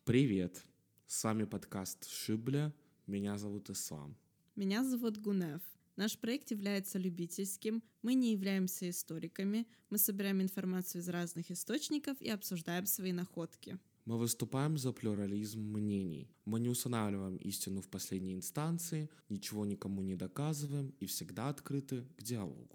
Привет! С вами подкаст «Шибля». Меня зовут Ислам. Меня зовут Гунев. Наш проект является любительским, мы не являемся историками, мы собираем информацию из разных источников и обсуждаем свои находки. Мы выступаем за плюрализм мнений. Мы не устанавливаем истину в последней инстанции, ничего никому не доказываем и всегда открыты к диалогу.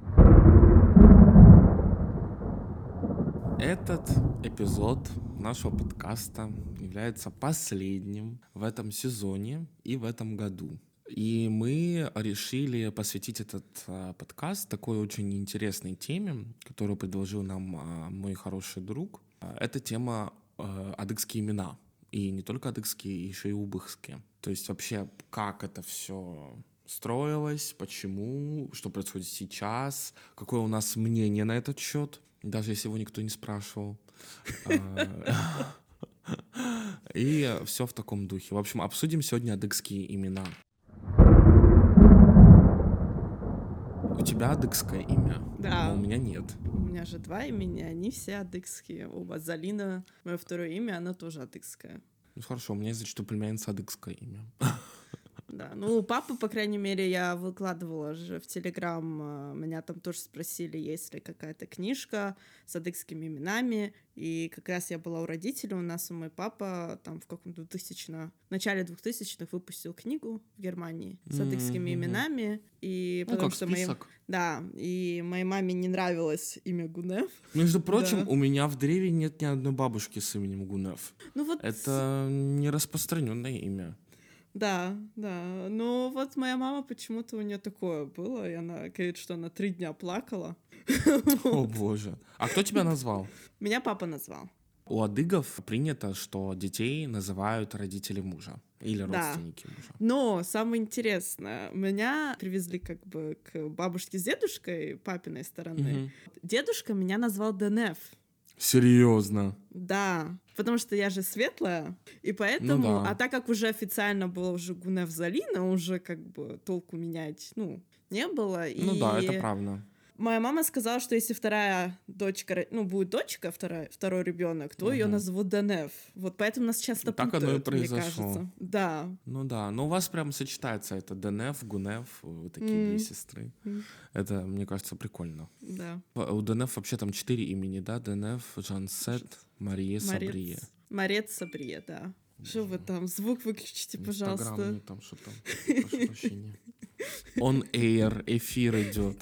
Этот эпизод нашего подкаста является последним в этом сезоне и в этом году. И мы решили посвятить этот подкаст такой очень интересной теме, которую предложил нам мой хороший друг. Это тема адыгские имена. И не только адыгские, еще и убыхские. То есть вообще, как это все строилось, почему, что происходит сейчас, какое у нас мнение на этот счет, даже если его никто не спрашивал. И все в таком духе. В общем, обсудим сегодня адыгские имена. У тебя адыгское имя, Да. но у меня нет. У меня же два имени, они все адыгские. Оба Залина, мое второе имя, оно тоже адыгское. Ну хорошо, у меня есть, что племянница адыгское имя. Да, ну у папы, по крайней мере, я выкладывала же в Телеграм, меня там тоже спросили, есть ли какая-то книжка с адыгскими именами, и как раз я была у родителей, у нас мой папа там в каком-то начале 2000-х выпустил книгу в Германии с адыгскими именами, и Ну, потому как что список. Да, и моей маме не нравилось имя Гунев. Между прочим, Да. у меня в древе нет ни одной бабушки с именем Гунев. Ну вот, Это не распространенное имя. да, но вот моя мама почему-то у нее такое было, и она говорит, что она 3 дня плакала. О боже. А кто тебя назвал? Меня папа назвал. У адыгов принято, что детей называют родители мужа или Да. родственники мужа. Но самое интересное, меня привезли как бы к бабушке с дедушкой папиной стороны. Дедушка меня назвал Денеф. Серьезно? Да, потому что я же светлая, и поэтому... Ну да. А так как уже официально было уже Гунев Залина, уже как бы толку менять, не было. Ну и... да, это правда. Моя мама сказала, что если вторая дочка, будет дочка, второй ребенок, то ее назовут Денеф. Вот поэтому нас часто Так путают, оно и мне произошло. кажется. Да. Ну да, но у вас прям сочетается это Денеф, Гунев, вы такие две сестры. Это, мне кажется, прикольно. Да. У Денеф вообще там 4 имени, да? Денеф, Жансет, Мария, Сабрия. Марет Сабрия, да. Что вы там? Звук выключите, пожалуйста. Инстаграм не там, что там. Прошу прощения. On air, эфир идет.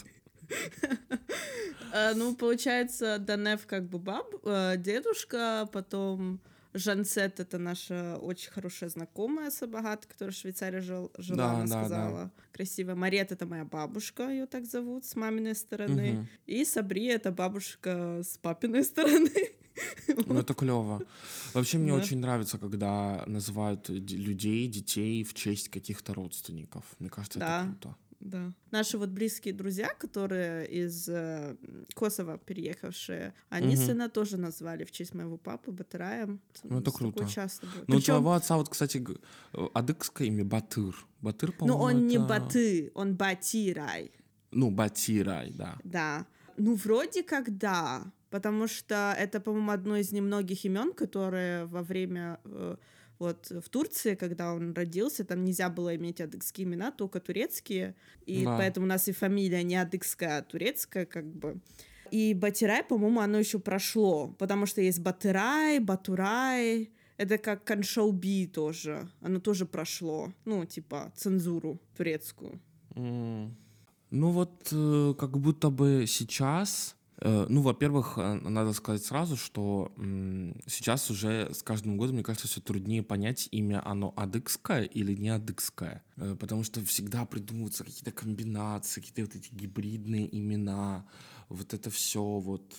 Получается, Денеф как бы дедушка, потом Жансет — это наша очень хорошая знакомая Сабагат, которая в Швейцарии жила, она сказала. Красиво. Марет — это моя бабушка, ее так зовут, с маминой стороны. И Сабрия — это бабушка с папиной стороны. Ну, это клево. Вообще, мне очень нравится, когда называют людей, детей в честь каких-то родственников. Мне кажется, это круто. Да. Наши вот близкие друзья, которые из Косово переехавшие, они сына тоже назвали в честь моего папы Батыраем. Ну, это круто. Такое часто будет. Ну, у твоего отца, вот, кстати, адыгское имя Батыр. Батыр, по-моему, он не это... Баты, он Батирай. Ну, Батирай, да. Да. Вроде как да, потому что это, по-моему, одно из немногих имен, которые во время... Вот в Турции, когда он родился, там нельзя было иметь адыгские имена, только турецкие. И поэтому у нас и фамилия не адыгская, а турецкая, как бы. И Батирай, по-моему, оно еще прошло, потому что есть Батырай, Батурай. Это как Каншауби тоже. Оно тоже прошло. Цензуру турецкую. Ну вот, как будто бы сейчас... во-первых, надо сказать сразу, что сейчас уже с каждым годом, мне кажется, все труднее понять, имя оно адыгское или не адыгское. Потому что всегда придумываются какие-то комбинации, какие-то вот эти гибридные имена. Вот это все вот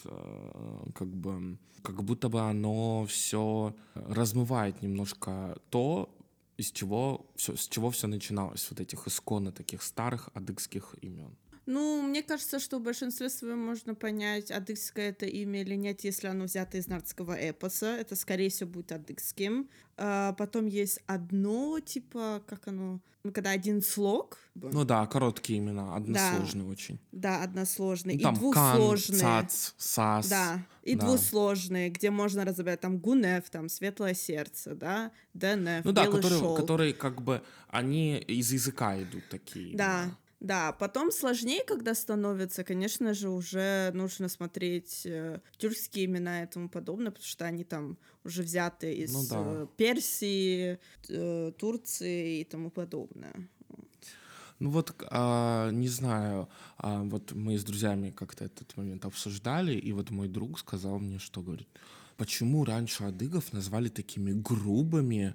как будто бы оно все размывает немножко то, с чего все начиналось, вот этих исконно таких старых адыгских имен. Ну, мне кажется, что в большинстве своем можно понять, адыгское это имя или нет, если оно взято из нардского эпоса. Это, скорее всего, будет адыгским. Потом есть одно, типа, как оно... Ну, когда один слог. Ну да, короткие имена, Да, односложные очень. да, односложные. Ну И там Кан, двусложные. Цац, Сас, Да, и да. двусложные, где можно разобрать там Гунев, там Светлое сердце, да, Денев, Ну да, Белый шелк. которые как бы, они из языка идут такие Да, имена. да, потом сложнее, когда становится, конечно же, уже нужно смотреть тюркские имена и тому подобное, потому что они там уже взяты Ну из да. Персии, Турции и тому подобное. Ну вот, не знаю, вот мы с друзьями как-то этот момент обсуждали, и вот мой друг сказал мне, что говорит, почему раньше адыгов назвали такими грубыми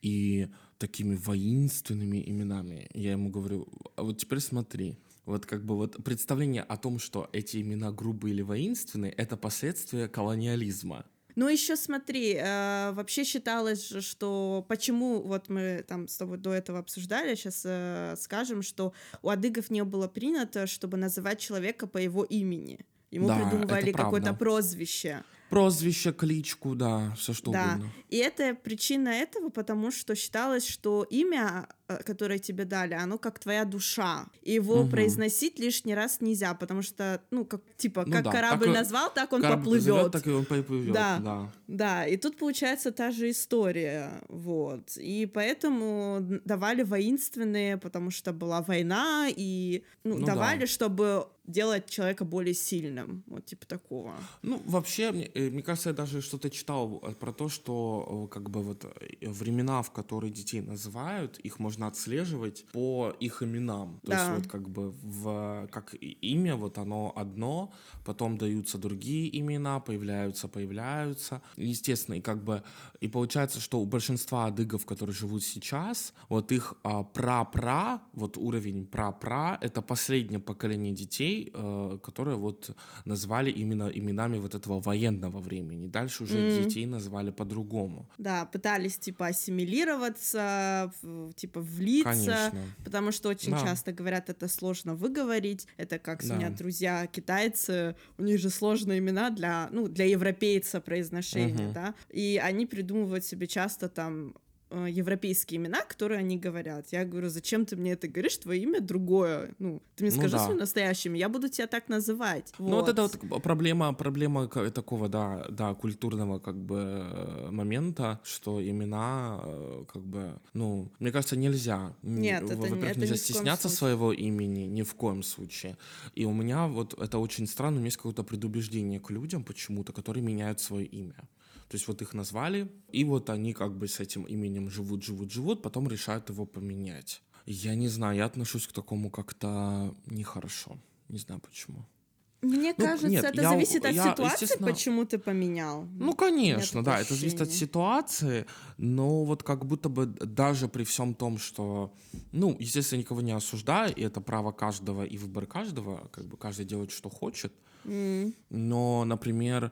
и такими воинственными именами? Я ему говорю, а вот теперь смотри, вот как бы вот представление о том, что эти имена грубые или воинственные, это последствия колониализма. Ну, еще смотри, вообще считалось же, что почему, вот мы там с тобой до этого обсуждали, сейчас скажем, что у адыгов не было принято, чтобы называть человека по его имени. Ему Да, это придумывали какое-то правда. прозвище. Прозвище, кличку, да, все что Да, угодно. и это причина этого, потому что считалось, что имя, которое тебе дали, оно как твоя душа. И его Мгм. произносить лишний раз нельзя, потому что, ну, как, типа, Ну как да, так корабль назвал, так он корабль зовет, поплывет. так и он поплывет, Да, да. да, и тут получается та же история, вот. И поэтому давали воинственные, потому что была война, и, ну, Ну да. давали, чтобы делать человека более сильным, вот типа такого. Ну, вообще, мне кажется, я даже что-то читал про то, что как бы вот времена, в которые детей называют, их можно отслеживать по их именам. То есть Да. вот как бы как имя, вот оно одно, потом даются другие имена, появляются. Естественно, и как бы, и получается, что у большинства адыгов, которые живут сейчас, вот их пра-пра, вот уровень пра-пра, это последнее поколение детей, которые вот назвали именно именами вот этого военного времени. Дальше уже детей назвали по-другому. Да, пытались типа ассимилироваться, типа влиться, Конечно. потому что очень Да, часто говорят, это сложно выговорить. Это как у меня да. друзья китайцы, у них же сложные имена для, ну, для европейца произношения, Мгм. да, и они придумывают себе часто там европейские имена, которые они говорят. Я говорю, зачем ты мне это говоришь? Твое имя другое. Ну, ты мне Ну скажи да. свое настоящее имя, я буду тебя так называть. Ну вот это Вот. вот проблема такого, да, культурного как бы момента, что имена как бы, ну, мне кажется, нельзя. Нет, Во-первых, это нельзя ни в коем стесняться случае. своего имени ни в коем случае. И у меня вот это очень странно, у меня есть какое-то предубеждение к людям почему-то, которые меняют свое имя. То есть вот их назвали, и вот они как бы с этим именем живут, потом решают его поменять. Я не знаю, я отношусь к такому как-то нехорошо. Не знаю почему. Мне Ну, кажется, нет, это зависит от ситуации, естественно, почему ты поменял. ну, У меня конечно, такое да, это зависит от ощущение. ситуации, но вот как будто бы даже при всем том, что, ну, естественно, никого не осуждаю, и это право каждого и выбор каждого, как бы каждый делает, что хочет, М. но, например,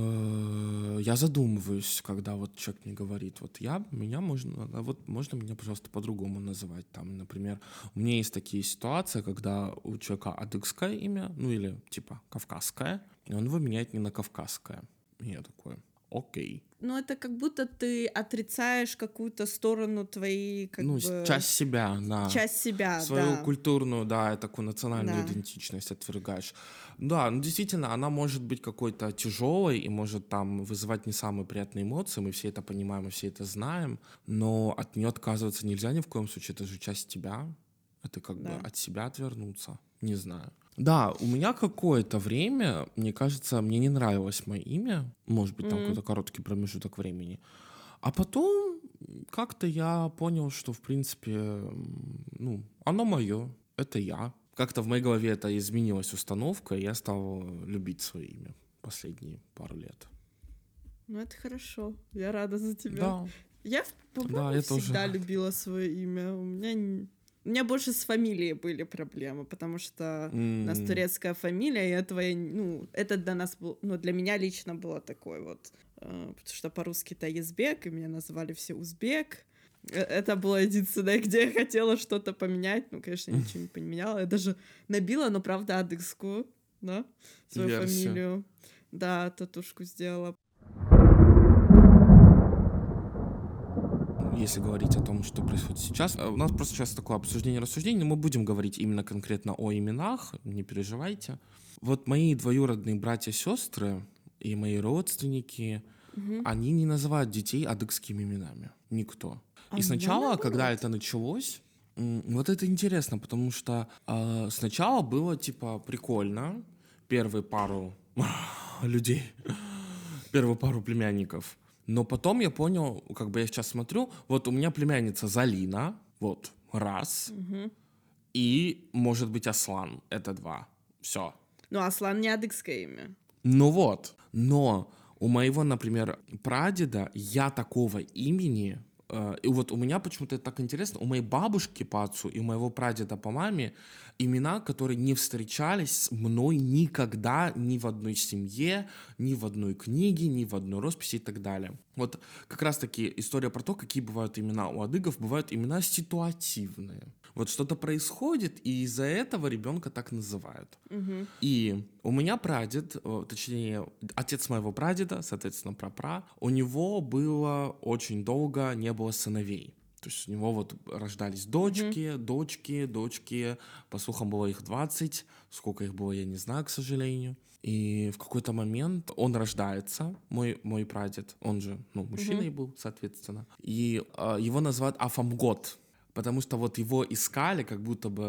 я задумываюсь, когда вот человек мне говорит, вот можно меня, пожалуйста, по-другому называть, там, например, у меня есть такие ситуации, когда у человека адыгское имя, ну, или, типа, кавказское, и он его меняет не на кавказское. И я такой, окей. Ну, это как будто ты отрицаешь какую-то сторону твоей, как Ну, бы, часть себя, да. часть себя, Свою да. культурную, да, такую национальную Да. идентичность отвергаешь. Да, ну действительно, она может быть какой-то тяжелой и может там вызывать не самые приятные эмоции, мы все это понимаем, мы все это знаем, но от нее отказываться нельзя ни в коем случае, это же часть тебя, это как бы Да. от себя отвернуться, не знаю. Да, у меня какое-то время, мне кажется, мне не нравилось мое имя, может быть, там какой-то короткий промежуток времени, а потом как-то я понял, что, в принципе, ну, оно мое, это я. Как-то в моей голове это изменилась установка, и я стал любить свое имя последние пару лет. Ну, это хорошо. Я рада за тебя. Да, Я, да, по-моему, я тоже. всегда любила свое имя. У меня больше с фамилией были проблемы, потому что у нас турецкая фамилия, и этого ну, это для нас был, ну, для меня лично было такое вот, потому что по-русски это Езбек, и меня называли все Узбек, Это было единственное, где я хотела что-то поменять. Ну, конечно, я ничего не поменяла. Я даже набила, но, правда, адыгскую, да, свою Версию. фамилию. Да, татушку сделала. Если говорить о том, что происходит сейчас, у нас просто сейчас такое обсуждение-рассуждение, но мы будем говорить именно конкретно о именах, не переживайте. Вот мои двоюродные братья-сестры и мои родственники, они не называют детей адыгскими именами. Никто. А И у меня сначала, когда наоборот. это началось, вот это интересно, потому что сначала было типа прикольно, первые пару людей, первую пару племянников. Но потом я понял, как бы я сейчас смотрю, вот у меня племянница Залина, вот, раз, и, может быть, Аслан, это два. Все. Ну, Аслан не адыгское имя. Ну вот, но у моего, например, прадеда я такого имени, и вот у меня почему-то это так интересно, у моей бабушки по отцу и у моего прадеда по маме имена, которые не встречались с мной никогда ни в одной семье, ни в одной книге, ни в одной росписи и так далее. Вот как раз-таки история про то, какие бывают имена у адыгов, бывают имена ситуативные. Вот что-то происходит, и из-за этого ребенка так называют. И у меня прадед, точнее, отец моего прадеда, соответственно, прапра, у него было очень долго не было сыновей. То есть у него вот рождались дочки, дочки, по слухам было их 20, сколько их было, я не знаю, к сожалению. И в какой-то момент он рождается, мой прадед, он же, мужчиной был, соответственно, и его называют Афамгот. Потому что вот его искали, как будто бы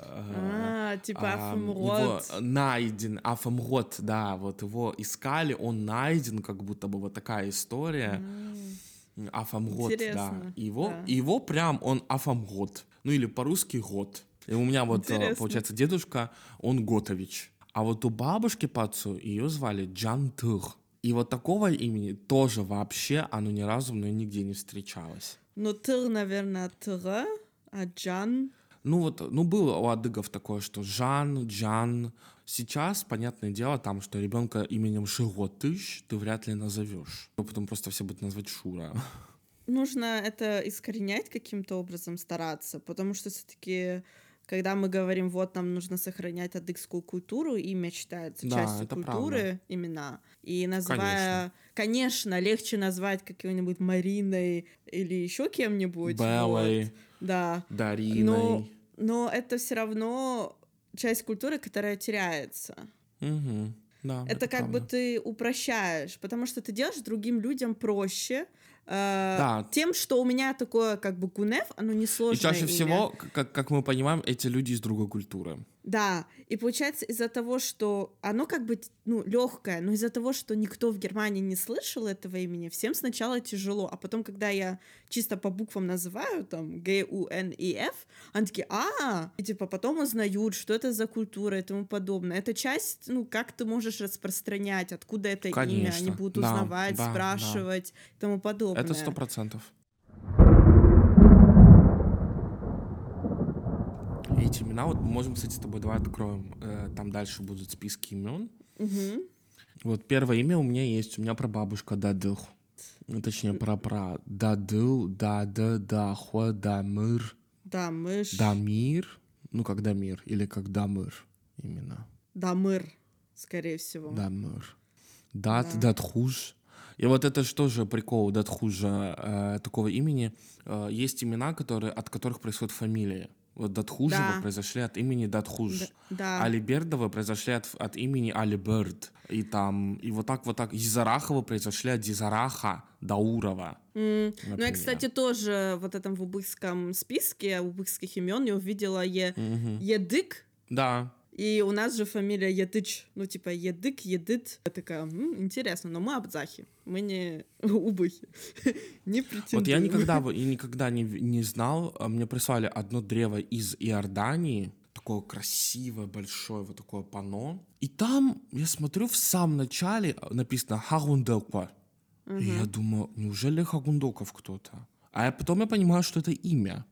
Типа его Афамрот. найден, Афамгот, да, вот его искали, он найден, как будто бы вот такая история. Афамгот, да. Интересно, да. Его прям он Афамгот, ну или по-русски Гот. И у меня вот, Интересно. получается, дедушка, он Готович. А вот у бабушки по отцу ее звали Джантых. И вот такого имени тоже вообще оно ни разу мной нигде не встречалось. Ну, Тыр, наверное, Тыра, а Джан... Было у адыгов такое, что Жан, Джан. Сейчас, понятное дело, там, что ребенка именем Шиготыш ты вряд ли назовешь. Потом просто все будут назвать Шура. Нужно это искоренять каким-то образом, стараться, потому что все-таки, когда мы говорим, вот, нам нужно сохранять адыгскую культуру, имя считается Да, частью это культуры, правда. имена. И называя... Конечно, легче назвать какой-нибудь Мариной или еще кем-нибудь. Беллой, вот, да. Дариной. Но это все равно часть культуры, которая теряется. Угу. Да, Это как бы правда. ты упрощаешь, потому что ты делаешь другим людям проще. Да. Тем, что у меня такое как бы Гунев, оно несложное И чаще имя. всего, как мы понимаем, эти люди из другой культуры. Да, и получается из-за того, что оно как бы, легкое, но из-за того, что никто в Германии не слышал этого имени, всем сначала тяжело, а потом, когда я чисто по буквам называю, там, Гунев, они такие, и типа потом узнают, что это за культура и тому подобное. Это часть, как ты можешь распространять, откуда это имя, они будут узнавать, спрашивать и тому подобное. Это 100%. Эти имена, вот мы можем, кстати, с тобой давай откроем, там дальше будут списки имен. Вот первое имя у меня есть, у меня прабабушка Дадых, точнее прапра Дадыл, Дахва, Дамыр, Дамир, как Дамир или как Дамыр именно. Дамыр, скорее всего. Дамыр. Датхуж. И вот это что же прикол Датхужа, такого имени. Есть имена, от которых происходят фамилии. Вот Датхужевы произошли от имени Датхуж. Алибердовы произошли от имени Алиберд. И вот так Езараховы произошли от Езараха Даурова. Ну, я, кстати, тоже в этом в убыхском списке убыхских имен я увидела Едык. Да. И у нас же фамилия Едыч, типа Едык, Едыт. Я такая, интересно, но мы абзахи, мы не убыхи, не претендуем. Вот я никогда не знал, мне прислали одно древо из Иордании, такое красивое, большое, вот такое панно. И там, я смотрю, в самом начале написано Хагундоква. И я думаю, неужели Хагундоков кто-то? А потом я понимаю, что это имя.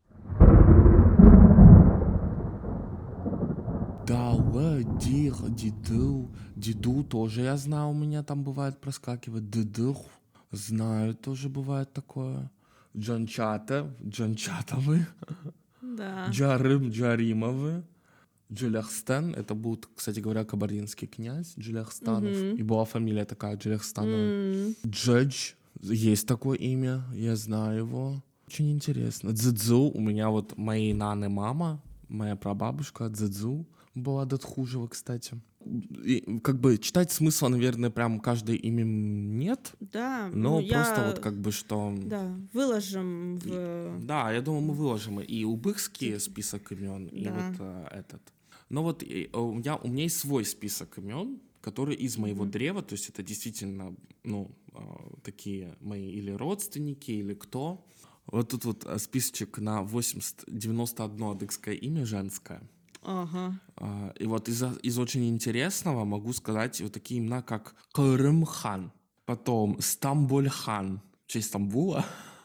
Дауэ, Дир, Диду тоже я знаю, у меня там бывает проскакивает. Дыдых, знаю, тоже бывает такое. Джанчатовы, Да. Джаримовы, Джуляхстан. Это будет, кстати говоря, кабардинский князь Джуляхстанов. И была фамилия такая Джуляхстанова. Джедж. Есть такое имя, я знаю его. Очень интересно. Дзидзу. У меня вот моей наны мама, моя прабабушка Дзидзу была Датхужева, кстати. И, как бы читать смысла, наверное, прям каждое имя нет. Да, Но ну просто я... вот как бы что... Да, выложим в... Да, я думаю, мы выложим и убыхский список имен, и Да. вот этот. Но вот у меня есть свой список имен, который из моего древа, то есть это действительно, ну, такие мои или родственники, или кто. Вот тут вот списочек на 91 адыгское имя женское. Ага. И вот из очень интересного могу сказать вот такие имена, как Кырым-хан, потом Стамбуль-хан, в честь Стамбула,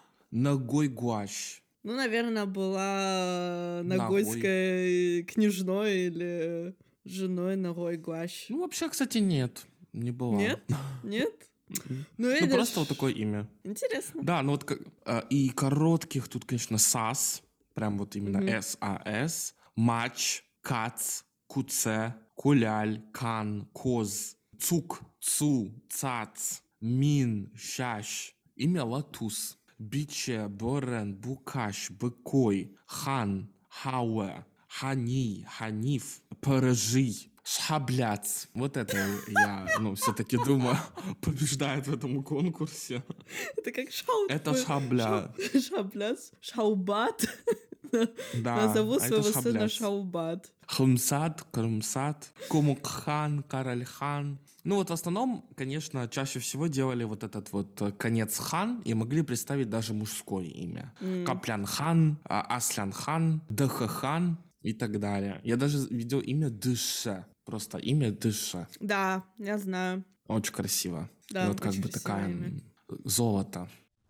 Нагой-Гуащ. Ну, наверное, была Нагой. нагойской княжной или женой Нагой Гуащ. Ну, вообще, кстати, нет, не была. Нет? Нет? Ну, Ну, видишь, просто вот такое имя. интересно. Да, ну вот и коротких тут, конечно, САС, прям вот именно САС, Мач, Кац, Куце, Куляль, Кан, Коз, Цук, Цу, Цац, Мин, Щащ, имя Латус, Биче, Борен, Букаш, Быкой, Хан, Хауэ, Хани, Ханиф, Паражи, Шабляц. Вот это я, ну, все-таки думаю, побеждает в этом конкурсе. Это как шаут. Это Шабля. Шабляс. Шаубат. Да, Назову а это своего сына Шабляц. Шаубат. Хумсат, Крымсат, Кумукхан, Каральхан. Ну вот в основном, конечно, чаще всего делали вот этот вот конец хан и могли представить даже мужское имя. Каплянхан, Аслянхан, Дахахан и так далее. Я даже видел имя Дыша. Просто имя Дыша. Да, я знаю. Очень красиво. Да, И вот как очень бы красивое такая имя. золото.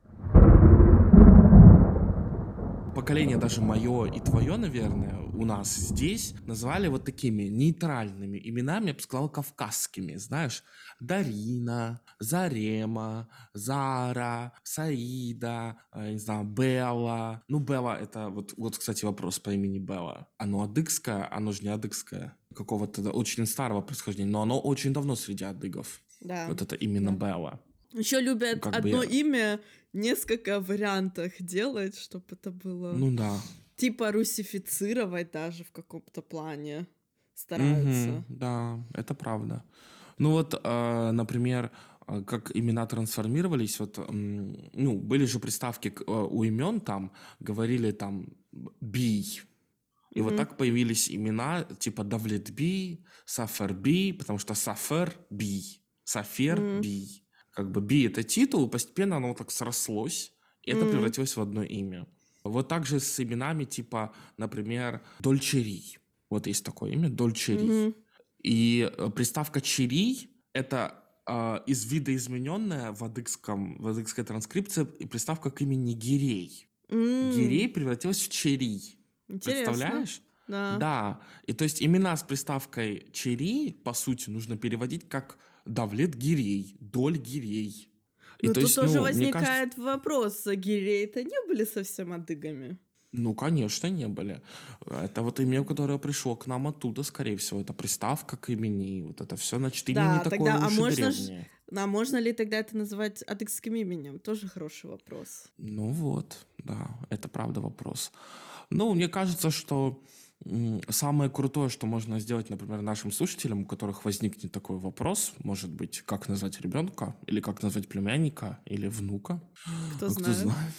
Поколение даже мое и твое, наверное, у нас здесь назвали вот такими нейтральными именами, я бы сказал, кавказскими, знаешь, Дарина, Зарема, Зара, Саида, не знаю, Белла. Ну, Белла — это вот, кстати, вопрос по имени Белла. Оно адыгское, оно же не адыгское, какого-то очень старого происхождения, но оно очень давно среди адыгов. Да. Вот это именно Белла. Еще любят Как бы одно я- имя несколько вариантах делать, чтобы это было Ну да. типа русифицировать даже в каком-то плане. Стараются. Мгм, да, это правда. Ну вот, например, как имена трансформировались, вот, ну, были же приставки у имен там, говорили там «бий», и вот так появились имена типа Давлетби, Саферби, потому что Сафер — бий, Сафер — бий. Как бы би — это титул, и постепенно оно вот так срослось, и это превратилось в одно имя. Вот так же с именами типа, например, Дольчерий. Вот есть такое имя — Дольчерий. И приставка «черий» — это из видоизмененная в адыгской транскрипции и приставка к имени Гирей. Гирей превратилась в «черий». Интересно. Представляешь? Да. Да. И то есть имена с приставкой «черий», по сути, нужно переводить как «Давлет Гирей», «Доль Гирей». И Но то тут есть, тоже ну, мне возникает кажется, вопрос, а гиреи-то не были совсем адыгами? ну, конечно, не были. Это вот имя, которое пришло к нам оттуда, скорее всего. Это приставка к имени. И вот это все, значит, имя не Да, такое тогда, уж и можно древнее. а можно ли тогда это называть адыгским именем? Тоже хороший вопрос. Ну вот, да, это правда вопрос. Ну, мне кажется, что самое крутое, что можно сделать, например, нашим слушателям, у которых возникнет такой вопрос, может быть, как назвать ребенка, или как назвать племянника, или внука, Кто кто знает. знает.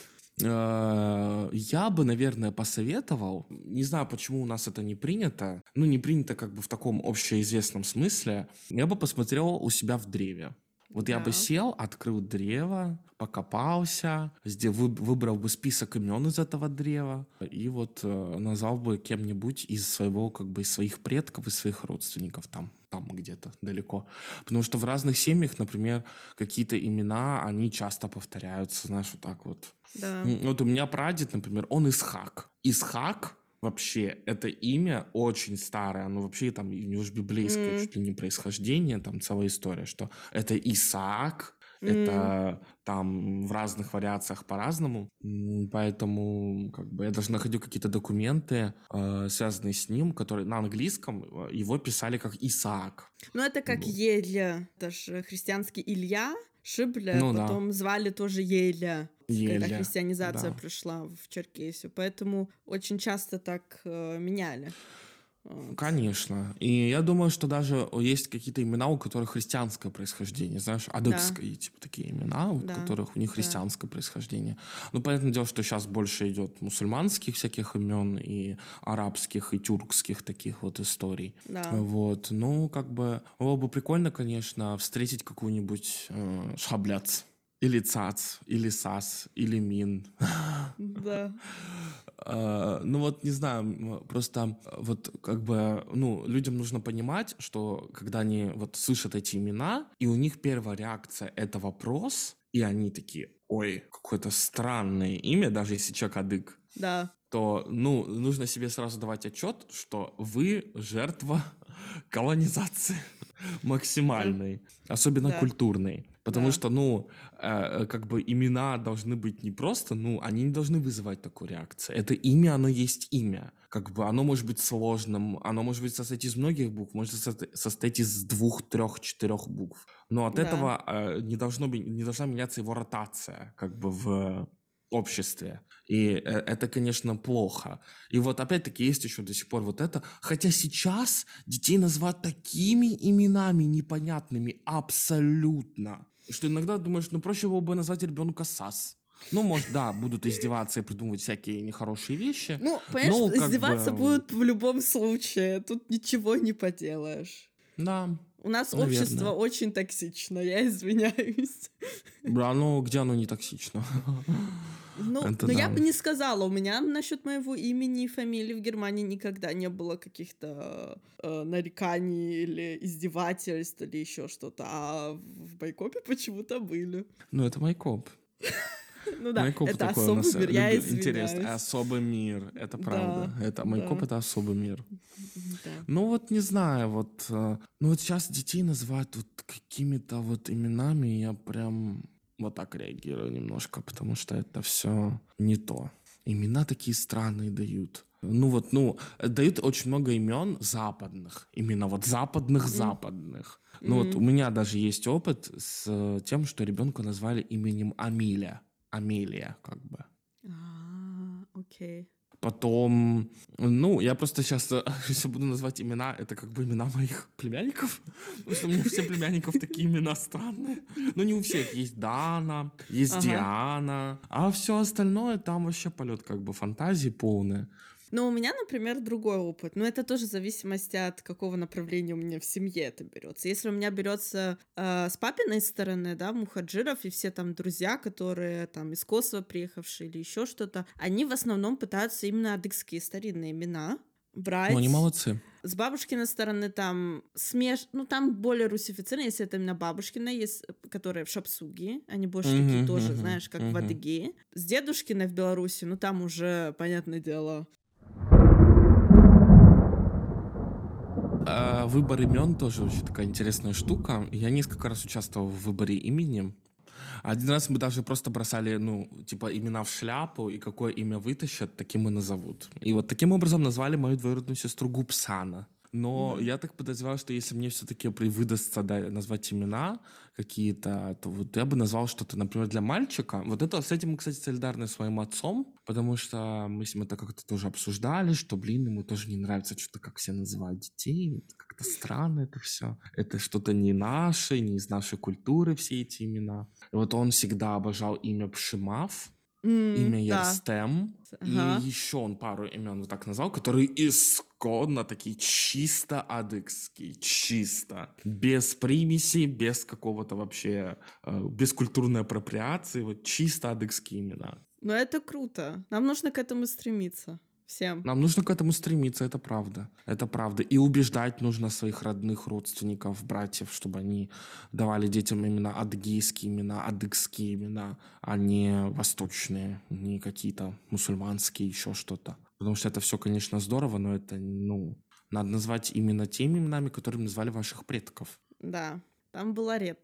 Я бы, наверное, посоветовал, не знаю, почему у нас это не принято, ну, не принято как бы в таком общеизвестном смысле, я бы посмотрел у себя в древе. Вот я бы Да. сел, открыл древо, покопался, выбрал бы список имен из этого древа и вот назвал бы кем-нибудь из своего, как бы, из своих предков, из своих родственников там где-то далеко. Потому что в разных семьях, например, какие-то имена, они часто повторяются, знаешь, вот так вот. Да. Вот у меня прадед, например, он Исхак. Исхак вообще это имя очень старое, оно вообще там, у него же библейское чуть ли не происхождение, там целая история, что это Исаак, Это там в разных вариациях по-разному. Поэтому как бы я даже находил какие-то документы, связанные с ним, которые на английском его писали как Исаак. Ну, это как Вот. Еля, даже христианский Илья, Шибле, Ну да, потом звали тоже Еля, когда Еля, христианизация да. пришла в Черкесию. Поэтому очень часто так меняли. Вот. Конечно. И я думаю, что даже есть какие-то имена, у которых христианское происхождение, знаешь, Да, адыгские, типа такие имена, у да, которых у них да, христианское происхождение. Ну, понятное дело, что сейчас больше идет мусульманских всяких имен и арабских, и тюркских таких вот историй. да, Вот. Ну, как бы, было бы прикольно, конечно, встретить какую-нибудь Шабляц, или Цац, или Сас, или Мин. да, Ну вот, не знаю, просто вот как бы, ну, людям нужно понимать, что когда они вот слышат эти имена, и у них первая реакция — это вопрос, и они такие: ой, какое-то странное имя, даже если человек адык, да, то, ну, нужно себе сразу давать отчет, что вы жертва колонизации да, максимальной, особенно да, культурной. Потому да, что, ну, как бы имена должны быть не просто, ну, они не должны вызывать такую реакцию. Это имя, оно есть имя. Как бы оно может быть сложным, оно может быть состоять из многих букв, может состоять из 2, 3, 4 букв. Но от да. этого не должна меняться его ротация, как бы в обществе. И это, конечно, плохо. И вот опять-таки есть еще до сих пор вот это. Хотя сейчас детей называют такими именами непонятными абсолютно, что иногда думаешь, ну проще было бы назвать ребенка Сас. Ну, может, да, будут издеваться и придумывать всякие нехорошие вещи, Ну, понимаешь, но как издеваться бы, будут в любом случае. Тут ничего не поделаешь. да, У нас общество наверное. очень токсично, я извиняюсь. Да, ну где оно не токсично? Ну, Это но я да. бы не сказала, у меня насчет моего имени и фамилии в Германии никогда не было каких-то нареканий или издевательств или еще что-то, а в Байкопе почему-то были. Ну, это Майкоп. Ну да, Майкоп это такой у нас особый мир, я интересный, извиняюсь. особый мир, это правда. Да, Это Майкоп — да, это особый мир. да. Ну вот не знаю, вот, ну вот сейчас детей называют вот какими-то вот именами, и я прям вот так реагирую немножко, потому что это все не то. Имена такие странные дают. Ну вот, ну, дают очень много имен западных, именно вот М, западных. Ну вот у м. меня даже есть опыт с тем, что ребенка назвали именем Амиля. Амелия, как бы. Окей. Потом, ну, я просто сейчас, если буду называть имена, это как бы имена моих племянников, потому что у меня все племянников такие имена странные. Ну, не у всех. Есть Дана, есть Ага. Диана, а все остальное там вообще полет как бы фантазии полный. Но у меня, например, другой опыт. Но это тоже в зависимости от какого направления у меня в семье это берется. Если у меня берется с папиной стороны, да, мухаджиров и все там друзья, которые там из Косово приехавшие или еще что-то, они в основном пытаются именно адыгские старинные имена Ну, они брать. молодцы. С бабушкиной стороны там ну там более русифицировано, если это именно бабушкина, есть, которые в Шапсуге, они больше Мгм, такие тоже, мгм, знаешь, как в мгм. Адыгее. С дедушкиной в Беларуси, ну там уже, понятное дело. Выбор имен тоже очень такая интересная штука. Я несколько раз участвовал в выборе имени. Один раз мы даже просто бросали, ну, типа, имена в шляпу, и какое имя вытащат, таким и назовут. И вот таким образом назвали мою двоюродную сестру Гупсана. Но Мгм. я так подозревал, что если мне все-таки выдастся назвать имена какие-то, то вот я бы назвал что-то, например, для мальчика. Вот это, с этим мы, кстати, солидарны с моим отцом, потому что мы с ним это как-то тоже обсуждали, что, блин, ему тоже не нравится что-то, как все называют детей. Это как-то странно это все. Это что-то не наше, не из нашей культуры все эти имена. И вот он всегда обожал имя Пшимав, имя Да. Ярстем, и Ага. еще он пару имен вот так назвал, которые исконно такие чисто адыгские, чисто. Без примесей, без какого-то вообще, без культурной апроприации, вот чисто адыгские имена. Но это круто. Нам нужно к этому стремиться. Всем. Нам нужно к этому стремиться, это правда. Это правда. И убеждать нужно своих родных, родственников, братьев, чтобы они давали детям именно адыгейские имена, адыгские имена, а не восточные, не какие-то мусульманские, еще что-то. Потому что это все, конечно, здорово, но это, ну, надо назвать именно теми именами, которыми назвали ваших предков. Да. Там было редко.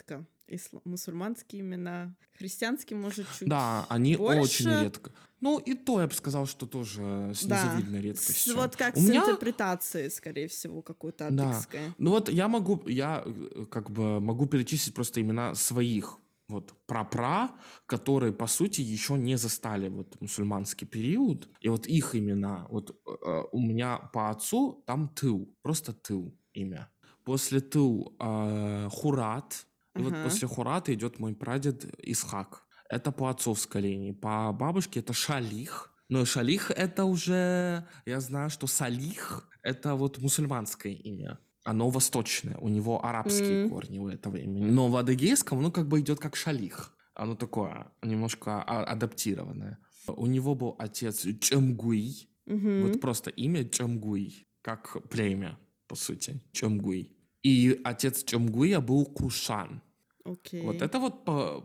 мусульманские имена. Христианские, может, чуть Да, они больше. очень редко. Ну, и то я бы сказал, что тоже с Да, незавидной редкостью. вот как У с меня, интерпретацией, скорее всего, какой-то да, адыгской. ну вот я как бы могу перечислить просто имена своих вот прапра, которые, по сути, еще не застали вот мусульманский период, и вот их имена, вот у меня по отцу там Тыл, просто Тыл имя. После Тыл Хурат, и вот Ага. после Хурата идет мой прадед Исхак. Это по отцовской линии. По бабушке это Шалих. Но Шалих это уже... Я знаю, что Салих это вот мусульманское имя. Оно восточное. У него арабские М, корни у этого имени. Но в адыгейском оно как бы идет как Шалих. Оно такое немножко адаптированное. У него был отец Чемгуй. Вот мгм. просто имя Чемгуй. Как племя, по сути. Чемгуй. И отец Чемгуя был Кушан. Вот Окей. это вот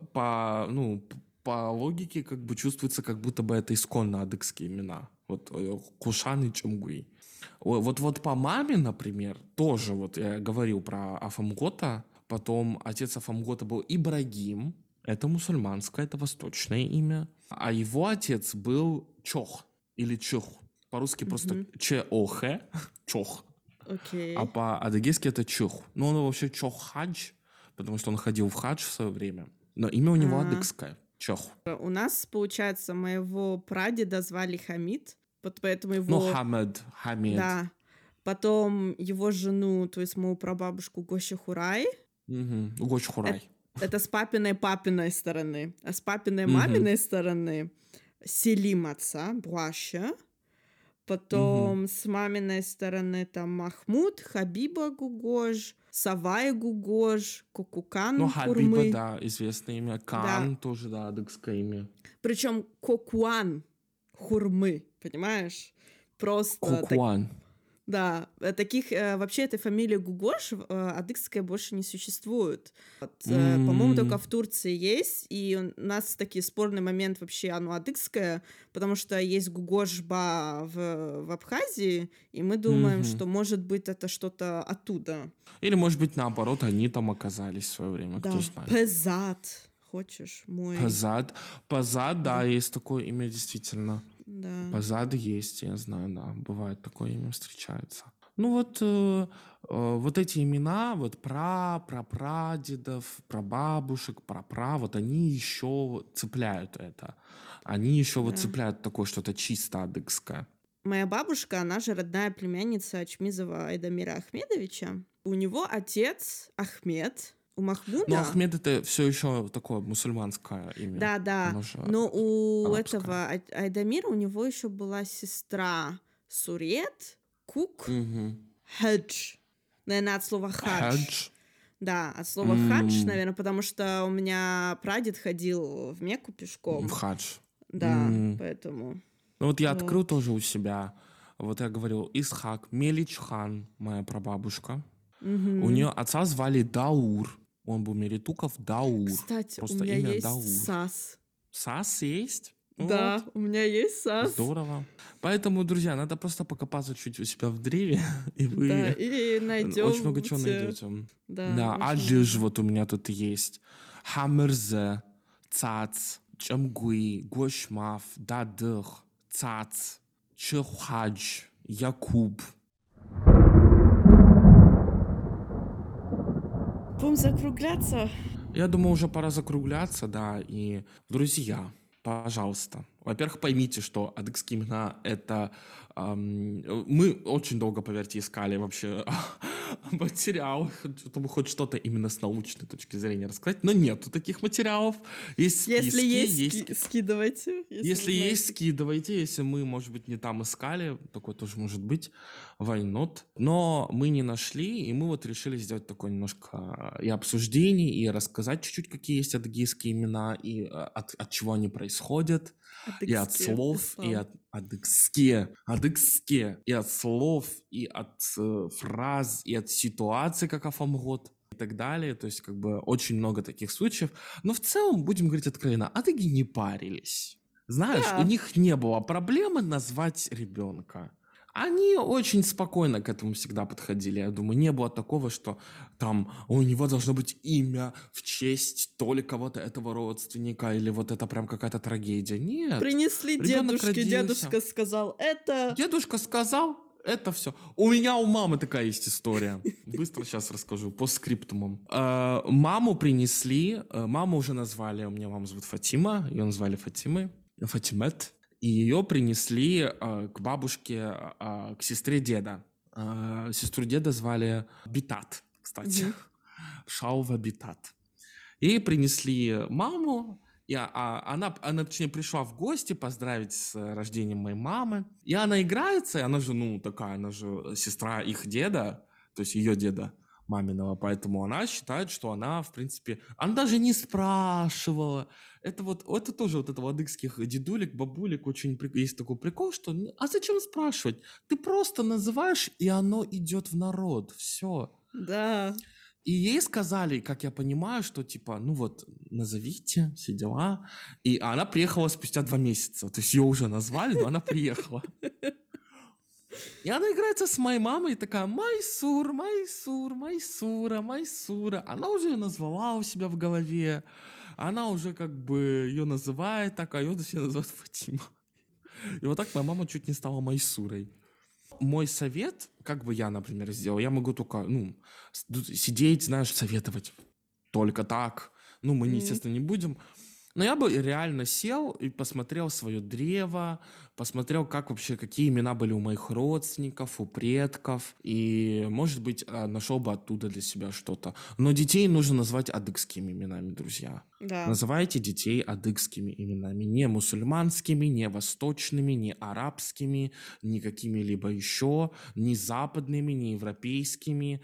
по логике как бы чувствуется, как будто бы это исконно адыгские имена. Вот Кушан и Чумгуй. Вот по маме, например, тоже вот я говорил про Афамгота, потом отец Афамгота был Ибрагим, это мусульманское, это восточное имя, а его отец был Чох или Чух, по-русски просто Мгм. Чеохе, Чох, а Окей. по-адыгейски это Чух. Ну, он вообще Чох-хадж, потому что он ходил в хадж в свое время. Но имя у него А, адыгское. Чох. У нас, получается, моего прадеда звали Хамид, поэтому Ну, его, Хамед. да, потом его жену, то есть мою прабабушку Гоща Хурай, Угу. Гоч это, Хурай. это с папиной папиной стороны, а с папиной Угу. маминой стороны Селим отца, Буаша, Угу. потом с маминой стороны там Махмуд, Хабиба Гугож, Савай Гугож, Ну, Кокукан Хабиба, Хурмы, да, известное имя. да, Кан тоже, да, адыгское имя. причем Кокуан Хурмы, понимаешь? Просто так, Кукуан. да, таких вообще этой фамилии Гугош адыгской больше не существует. Вот, по-моему, только в Турции есть, и у нас такой спорный момент вообще, оно адыгское, потому что есть Гугошба в Абхазии, и мы думаем, Угу. что, может быть, это что-то оттуда. Или, может быть, наоборот, они там оказались в свое время, кто Да, знает. Пезат, хочешь, мой, Пазад. Пазад, да, да, есть такое имя, действительно. да, Пазад есть, я знаю, да, бывает такое имя встречается. Ну вот, вот эти имена, вот прапрадедов, прабабушек, вот они еще цепляют это. Они еще вот да. цепляют такое что-то чисто адыгское. Моя бабушка, она же родная племянница Ачмизова Айдамира Ахмедовича. У него отец Ахмед, у Но Махмуда, Ахмед это все еще такое мусульманское имя. да, Оно же но у арабское. этого Айдамира у него еще была сестра Сурет, Кук, Угу. Хадж. Наверное, от слова хадж. Хадж. Да, от слова хадж, наверное, потому что у меня прадед ходил в Мекку В пешком. хадж. Да, поэтому Ну вот я открыл вот. тоже у себя. Вот я говорил, Исхак, Меличхан, моя прабабушка. У Мгм. нее отца звали Даур. Он был Меритуков Даур. Кстати, у Просто меня имя есть Даур. САС. Сас есть? Да, Вот. у меня есть САС. Здорово. Поэтому, друзья, надо просто покопаться чуть у себя в древе, и Да, вы и очень много чего найдете. найдете. Да, Да, очень Аджиж много. вот у меня тут есть. Хамерзе, Цац, Чамгуи, Гошмав, Дадых, Цац, Чехадж, Якуб. Будем закругляться. Я думаю, уже пора закругляться, да, и, друзья, пожалуйста, во-первых, поймите, что адыгские имена — это... мы очень долго, поверьте, искали вообще материал, чтобы хоть что-то именно с научной точки зрения рассказать, но нету таких материалов. Есть Если списки, есть, есть... скидывайте. Если вы есть, знаете. скидывайте. Если мы, может быть, не там искали, такое тоже может быть, why not? Но мы не нашли, и мы вот решили сделать такое немножко и обсуждение, и рассказать чуть-чуть, какие есть адыгейские имена, и от чего они происходят, и от Адыгские, слов, и ислам. от адыгские, и от слов, и от фраз, и от ситуации, как Афамгот, и так далее. То есть, как бы, очень много таких случаев. Но в целом, будем говорить откровенно, адыги не парились. Знаешь, у Да, них не было проблемы назвать ребенка. Они очень спокойно к этому всегда подходили. Я думаю, не было такого, что там у него должно быть имя в честь только вот этого родственника, или вот это прям какая-то трагедия. Нет, Принесли ребенок дедушке, родился. дедушка сказал, это... Дедушка сказал, это все. У мамы такая есть история. Быстро сейчас расскажу, по скриптумам. Маму принесли, маму уже назвали, у меня маму зовут Фатима, ее назвали Фатимой, Фатимет. И ее принесли к бабушке, к сестре деда. Сестру деда звали Битат, кстати. Мгм. Шаува Битат. И принесли маму, и она, точнее, пришла в гости поздравить с рождением моей мамы. И она играется, и она же, ну, такая, она же сестра их деда, то есть ее деда маминого, поэтому она считает, что она, в принципе, она даже не спрашивала. Это тоже вот это у адыгских дедулек, бабулек очень есть такой прикол, что а зачем спрашивать? Ты просто называешь, и оно идет в народ, все. Да. И ей сказали, как я понимаю, что типа, ну вот, назовите, все дела. И она приехала спустя 2 месяца. То есть ее уже назвали, но она приехала. И она играется с моей мамой и такая: Майсур, Майсур, Майсура, Майсура. Она уже ее назвала у себя в голове. Она уже как бы ее называет так, а ее все называют Фатима. И вот так моя мама чуть не стала Майсурой. Мой совет, как бы я, например, сделал, я могу только, ну, сидеть, знаешь, советовать только так. Ну, мы, М. естественно, не будем. Но я бы реально сел и посмотрел свое древо, посмотрел, как вообще, какие имена были у моих родственников, у предков, и, может быть, нашел бы оттуда для себя что-то. Но детей нужно назвать адыгскими именами, друзья. Да. Называйте детей адыгскими именами, не мусульманскими, не восточными, не арабскими, не какими-либо еще, не западными, не европейскими,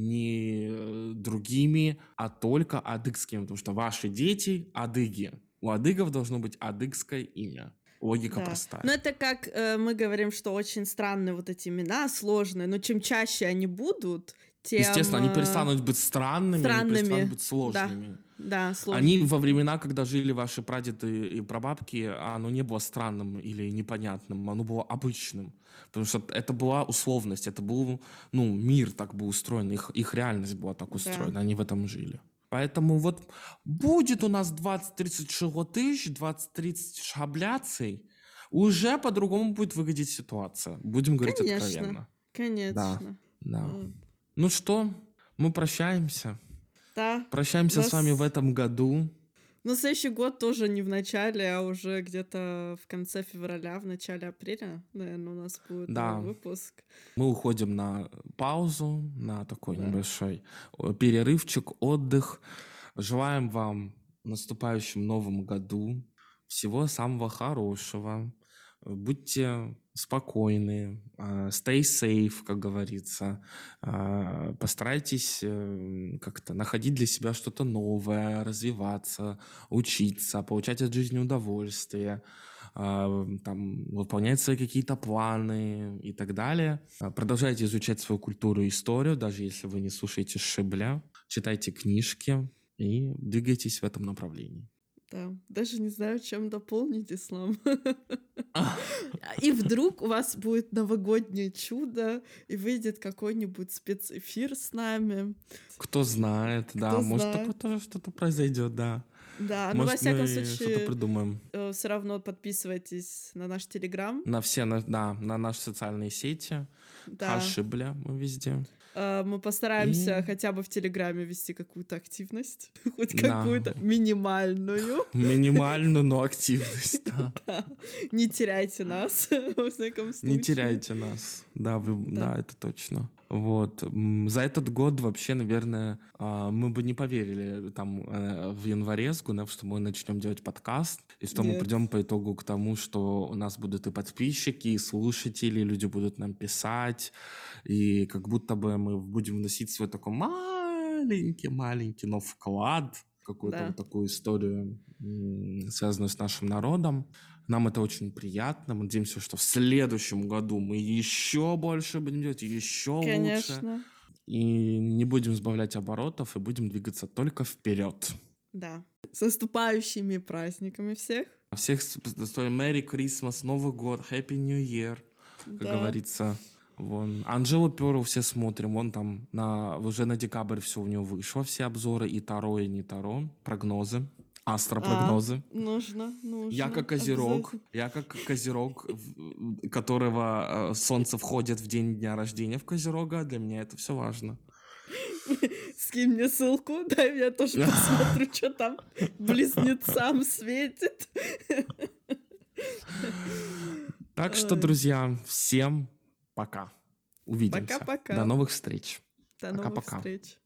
не другими, а только адыгскими, потому что ваши дети адыги. У адыгов должно быть адыгское имя. Логика Да. простая. Но это как мы говорим, что очень странные вот эти имена, сложные, но чем чаще они будут, тем Естественно, они перестанут быть странными, они перестанут странными. быть Да, сложными. да, Они сложными. во времена, когда жили ваши прадеды и прабабки, оно не было странным или непонятным, оно было обычным. Потому что это была условность, это был, ну, мир так был устроен, их реальность была так Да. устроена, они в этом жили. Поэтому вот будет у нас 20-30 шаготыш, 20-30 шабляций, уже по-другому будет выглядеть ситуация. Будем говорить Конечно, откровенно. Да, конечно. да. Вот. Ну что, мы прощаемся. Да. Прощаемся с вами в Нас... этом году. Но следующий год тоже не в начале, а уже где-то в конце февраля, в начале апреля, наверное, у нас будет Да, новый выпуск. мы уходим на паузу, на такой Да. небольшой перерывчик, отдых. Желаем вам в наступающем новом году всего самого хорошего. Будьте спокойны, stay safe, как говорится. Постарайтесь как-то находить для себя что-то новое, развиваться, учиться, получать от жизни удовольствие, там, выполнять свои какие-то планы и так далее. Продолжайте изучать свою культуру и историю, даже если вы не слушаете Шибля. Читайте книжки и двигайтесь в этом направлении. Да, даже не знаю, чем дополнить ислам. И вдруг у вас будет новогоднее чудо, и выйдет какой-нибудь спецэфир с нами. Кто знает, да, Кто может, знает. такое тоже что-то произойдет, да. Да, но во Может, всяком мы что-то случае, придумаем. все равно подписывайтесь на наш Телеграм. На все, на наши социальные сети. Да. Хашибля мы везде. Мы постараемся И хотя бы в Телеграме вести какую-то активность, хоть да, какую-то минимальную. минимальную, но активность, да. Да. Не теряйте нас, во всяком Не случае. теряйте нас. Да, Да. да, это точно. Вот. За этот год вообще, наверное, мы бы не поверили там в январе с Гунев, что мы начнем делать подкаст, и что мы Нет. придем по итогу к тому, что у нас будут и подписчики, и слушатели, и люди будут нам писать, и как будто бы мы будем вносить свой такой маленький, но вклад в какую-то Да. вот такую историю, связанную с нашим народом. Нам это очень приятно. Мы надеемся, что в следующем году мы еще больше будем делать, еще лучше. Конечно. И не будем сбавлять оборотов, и будем двигаться только вперед. Да. С наступающими праздниками всех. Всех с Merry Christmas, Новый год, Happy New Year. как Да. говорится. Вон. Анжелу Перл все смотрим, вон там уже на декабрь все у него вышло, все обзоры и Таро, и не Таро, прогнозы, астропрогнозы. Нужно. Я как Козерог, которого солнце входит в день дня рождения в Козерога, для меня это все важно. Скинь мне ссылку, дай я тоже посмотрю, что там близнецам светит. Так что, друзья, всем пока. Увидимся. Пока-пока. До новых встреч. До новых Пока-пока. встреч.